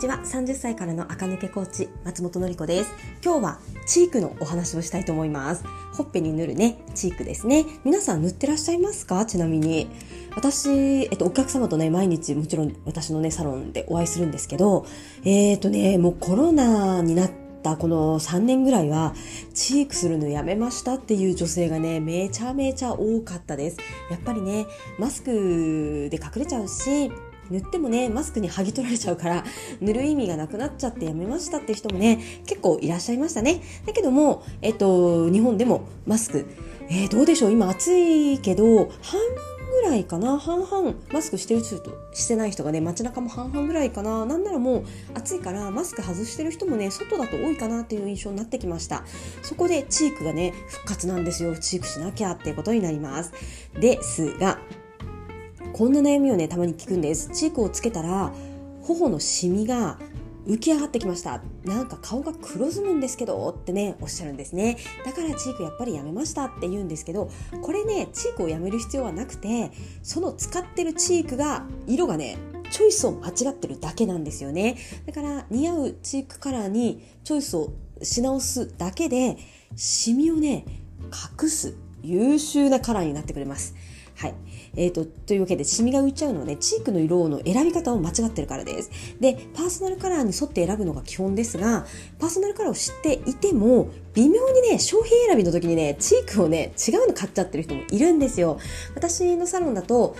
ちは。30歳からの赤抜けコーチ松本の子です。今日はチークのお話をしたいと思います。ほっぺに塗るねチークですね。皆さん塗ってらっしゃいますか？ちなみに私、お客様とね毎日もちろん私のねサロンでお会いするんですけど、もうコロナになってこの3年ぐらいはチークするのやめましたっていう女性がねめちゃめちゃ多かったです。やっぱりねマスクで隠れちゃうし、塗ってもねマスクに剥ぎ取られちゃうから塗る意味がなくなっちゃってやめましたっていう人もね結構いらっしゃいましたね。だけども、日本でもマスク、どうでしょう、今暑いけど半分ぐらいかな、半々マスクしてる人としてない人がね街中も半々ぐらいかな。なんならもう暑いからマスク外してる人もね外だと多いかなっていう印象になってきました。そこでチークがね復活なんですよ。チークしなきゃっていうことになりますですが、こんな悩みをねたまに聞くんです。チークをつけたら頬のシミが浮き上がってきました、なんか顔が黒ずむんですけどってねおっしゃるんですね。だからチークやっぱりやめましたって言うんですけど、これねチークをやめる必要はなくて、その使ってるチークが色がねチョイスを間違ってるだけなんですよね。だから似合うチークカラーにチョイスをし直すだけでシミをね隠す優秀なカラーになってくれます。はい、というわけでシミが浮いちゃうのはねチークの色の選び方を間違ってるからです。でパーソナルカラーに沿って選ぶのが基本ですが、パーソナルカラーを知っていても微妙にね商品選びの時にねチークをね違うの買っちゃってる人もいるんですよ。私のサロンだと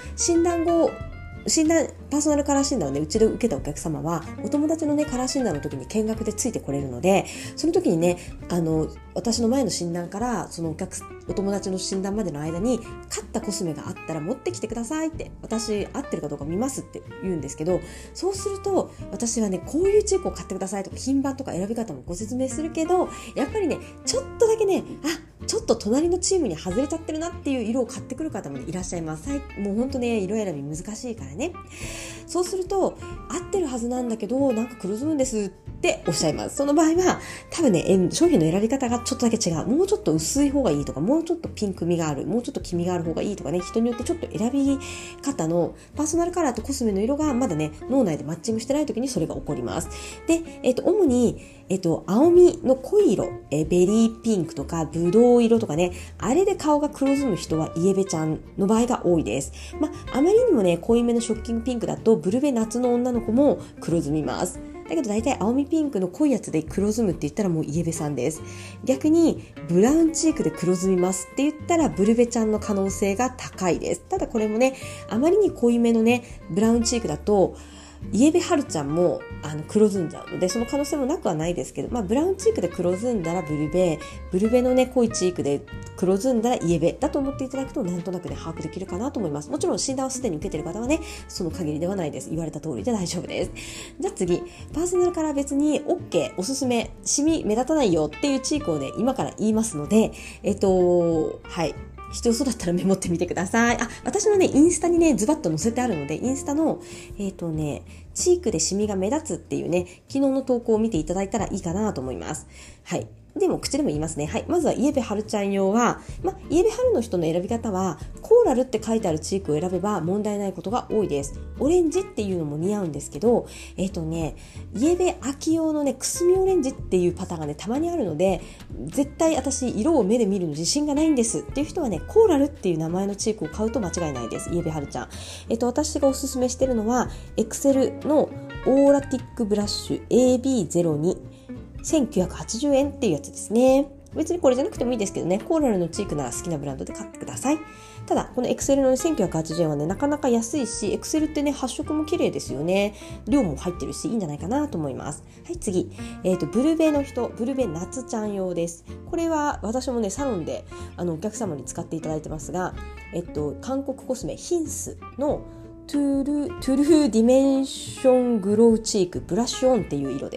パーソナルカラー診断をねうちで受けたお客様はお友達のねカラー診断の時に見学でついてこれるので、その時にね私の前の診断からそのお友達の診断までの間に買ったコスメがあったら持ってきてくださいって、私合ってるかどうか見ますって言うんですけど、そうすると私はねこういうチークを買ってくださいとか品番とか選び方もご説明するけど、やっぱりねちょっとだけねちょっと隣のチームに外れちゃってるなっていう色を買ってくる方も、ね、いらっしゃいます。もうほんとね色選び難しいからね。そうすると合ってるはずなんだけどなんか黒ずむんですっておっしゃいます。その場合は多分ね商品の選び方がちょっとだけ違う、もうちょっと薄い方がいいとか、もうちょっとピンク味がある、もうちょっと黄身がある方がいいとかね、人によってちょっと選び方のパーソナルカラーとコスメの色がまだね脳内でマッチングしてない時にそれが起こります。で、主に青みの濃い色、ベリーピンクとかブドウ色とかね、あれで顔が黒ずむ人はイエベちゃんの場合が多いです。あまりにもね濃いめのショッキングピンクだとブルベ夏の女の子も黒ずみます。だけど大体青みピンクの濃いやつで黒ずむって言ったらもうイエベさんです。逆にブラウンチークで黒ずみますって言ったらブルベちゃんの可能性が高いです。ただこれもねあまりに濃いめのねブラウンチークだとイエベハルちゃんも黒ずんじゃうので、その可能性もなくはないですけど、ブラウンチークで黒ずんだらブルベのね濃いチークで黒ずんだらイエベだと思っていただくとなんとなくね把握できるかなと思います。もちろん診断をすでに受けている方はねその限りではないです。言われた通りで大丈夫です。じゃあ次、パーソナルカラー別に OK おすすめ、シミ目立たないよっていうチークをね今から言いますので、はい必要そうだったらメモってみてください。私のねインスタにねズバッと載せてあるので、インスタのチークでシミが目立つっていうね昨日の投稿を見ていただいたらいいかなと思います。はい、でも口でも言いますね。はい、まずはイエベハルちゃん用は、イエベハルの人の選び方はコーラルって書いてあるチークを選べば問題ないことが多いです。オレンジっていうのも似合うんですけど、イエベ秋用のねくすみオレンジっていうパターンがねたまにあるので、絶対私色を目で見るの自信がないんですっていう人はねコーラルっていう名前のチークを買うと間違いないです。イエベハルちゃん、私がおすすめしてるのはエクセルのオーラティックブラッシュ AB02 1980円っていうやつですね。別にこれじゃなくてもいいですけどね、コーラルのチークなら好きなブランドで買ってください。ただこのエクセルの、1980円はねなかなか安いし、エクセルってね発色も綺麗ですよね。量も入ってるしいいんじゃないかなと思います。はい、次、ブルベの人、ブルベ夏ちゃん用です。これは私もねサロンでお客様に使っていただいてますが、韓国コスメヒンスのトゥルーディメンショングローチークブラッシュオンっていう色です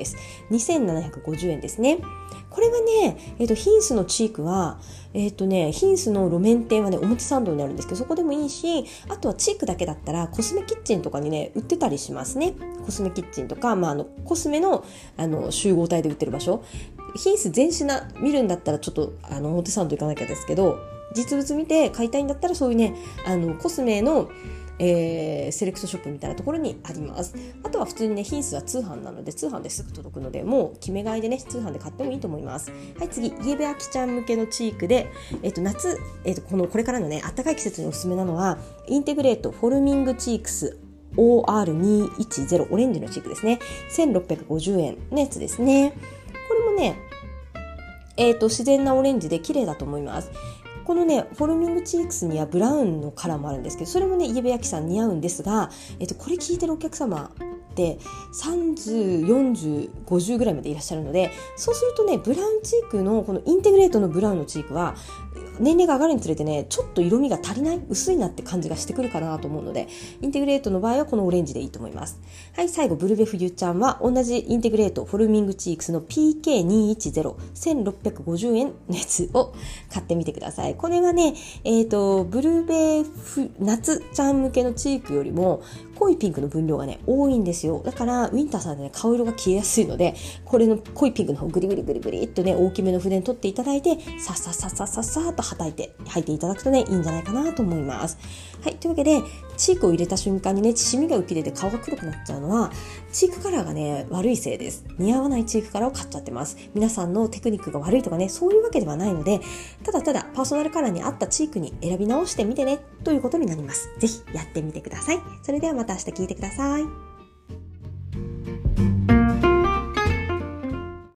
。2750円ですね。これはね、ヒンスのチークは、ヒンスの路面店はね表参道にあるんですけど、そこでもいいし、あとはチークだけだったらコスメキッチンとかにね売ってたりしますね。コスメキッチンとか、コスメの集合体で売ってる場所、ヒンス全品見るんだったらちょっと表参道行かなきゃですけど、実物見て買いたいんだったらそういうねコスメのセレクトショップみたいなところにあります。あとは普通にね、ヒンスは通販なので、通販ですぐ届くので、もう決め買いでね、通販で買ってもいいと思います。はい、次、イエベアキちゃん向けのチークで、夏、これからのね、暖かい季節におすすめなのは、インテグレートフォルミングチークスOR210 オレンジのチークですね。1650円のやつですね。これもね、自然なオレンジで綺麗だと思います。このね、フォルミングチークスにはブラウンのカラーもあるんですけど、それもね、イエベヤキさん似合うんですが、これ聞いてるお客様って30、40、50ぐらいまでいらっしゃるので、そうするとね、ブラウンチークのこのインテグレートのブラウンのチークは年齢が上がるにつれてね、ちょっと色味が足りない、薄いなって感じがしてくるかなと思うので、インテグレートの場合はこのオレンジでいいと思います。はい、最後、ブルベ冬ちゃんは同じインテグレートフォルミングチークスの PK210 1650円のやつを買ってみてください。これはね、ブルベ夏ちゃん向けのチークよりも濃いピンクの分量がね、多いんですよ。だからウィンターさんでね、顔色が消えやすいので、これの濃いピンクの方グリグリグリグリっとね、大きめの筆に取っていただいて、さっさっさっさっさっさっと履いていただくとね、いいんじゃないかなと思います。はい、というわけで、チークを入れた瞬間にね、シミが浮き出て顔が黒くなっちゃうのは、チークカラーがね、悪いせいです。似合わないチークカラーを買っちゃってます。皆さんのテクニックが悪いとかね、そういうわけではないので、ただただパーソナルカラーに合ったチークに選び直してみてね、ということになります。ぜひやってみてください。それではまた明日聞いてください。